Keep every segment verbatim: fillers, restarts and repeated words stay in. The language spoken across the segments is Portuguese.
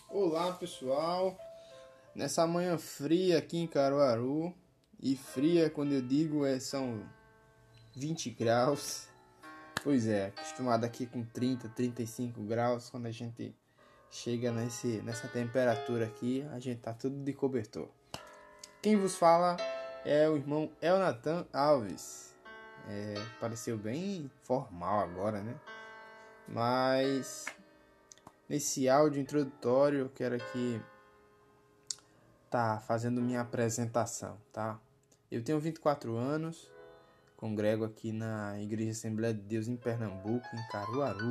Olá pessoal, nessa manhã fria aqui em Caruaru, e fria quando eu digo é, são vinte graus, pois é, acostumado aqui com trinta, trinta e cinco graus, quando a gente chega nesse, nessa temperatura aqui, a gente tá tudo de cobertor. Quem vos fala é o irmão Elnatan Alves, é, pareceu bem formal agora, né? Mas nesse áudio introdutório eu quero aqui tá fazendo minha apresentação, tá? Eu tenho vinte e quatro anos, congrego aqui na Igreja Assembleia de Deus em Pernambuco, em Caruaru.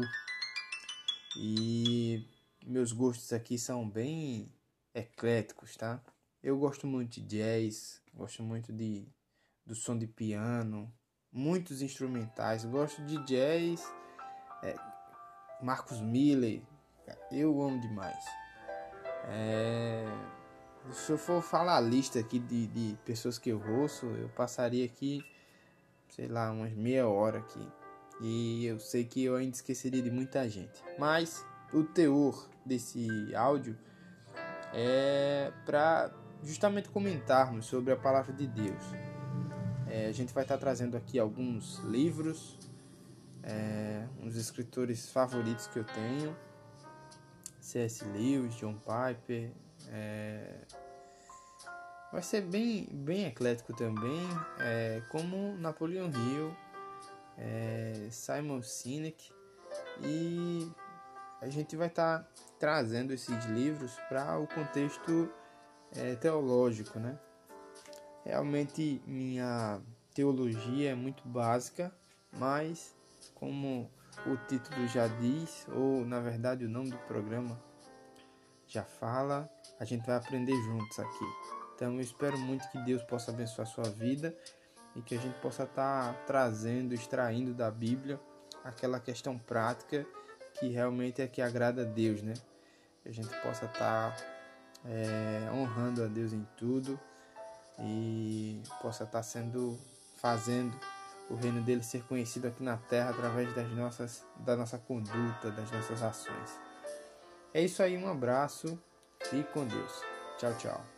E meus gostos aqui são bem ecléticos, tá? Eu gosto muito de jazz, gosto muito de do som de piano, muitos instrumentais. Gosto de jazz, é, Marcos Miller, eu amo demais. É... Se eu for falar a lista aqui de, de pessoas que eu ouço, eu passaria aqui, sei lá, umas meia hora aqui. E eu sei que eu ainda esqueceria de muita gente. Mas o teor desse áudio é para justamente comentarmos sobre a palavra de Deus. É, a gente vai estar trazendo aqui alguns livros, é, uns escritores favoritos que eu tenho. C S Lewis, John Piper, é... vai ser bem, bem eclético também, é, como Napoleon Hill, é, Simon Sinek, e a gente vai estar tá trazendo esses livros para o contexto é, teológico, né? Realmente minha teologia é muito básica, mas como o título já diz, ou na verdade o nome do programa já fala, a gente vai aprender juntos aqui. Então eu espero muito que Deus possa abençoar a sua vida e que a gente possa estar tá trazendo, extraindo da Bíblia aquela questão prática que realmente é que agrada a Deus, né? Que a gente possa estar tá, é, honrando a Deus em tudo e possa estar tá sendo, fazendo o reino dele ser conhecido aqui na terra através das nossas, da nossa conduta, das nossas ações. É isso aí, um abraço, fique com Deus. Tchau, tchau.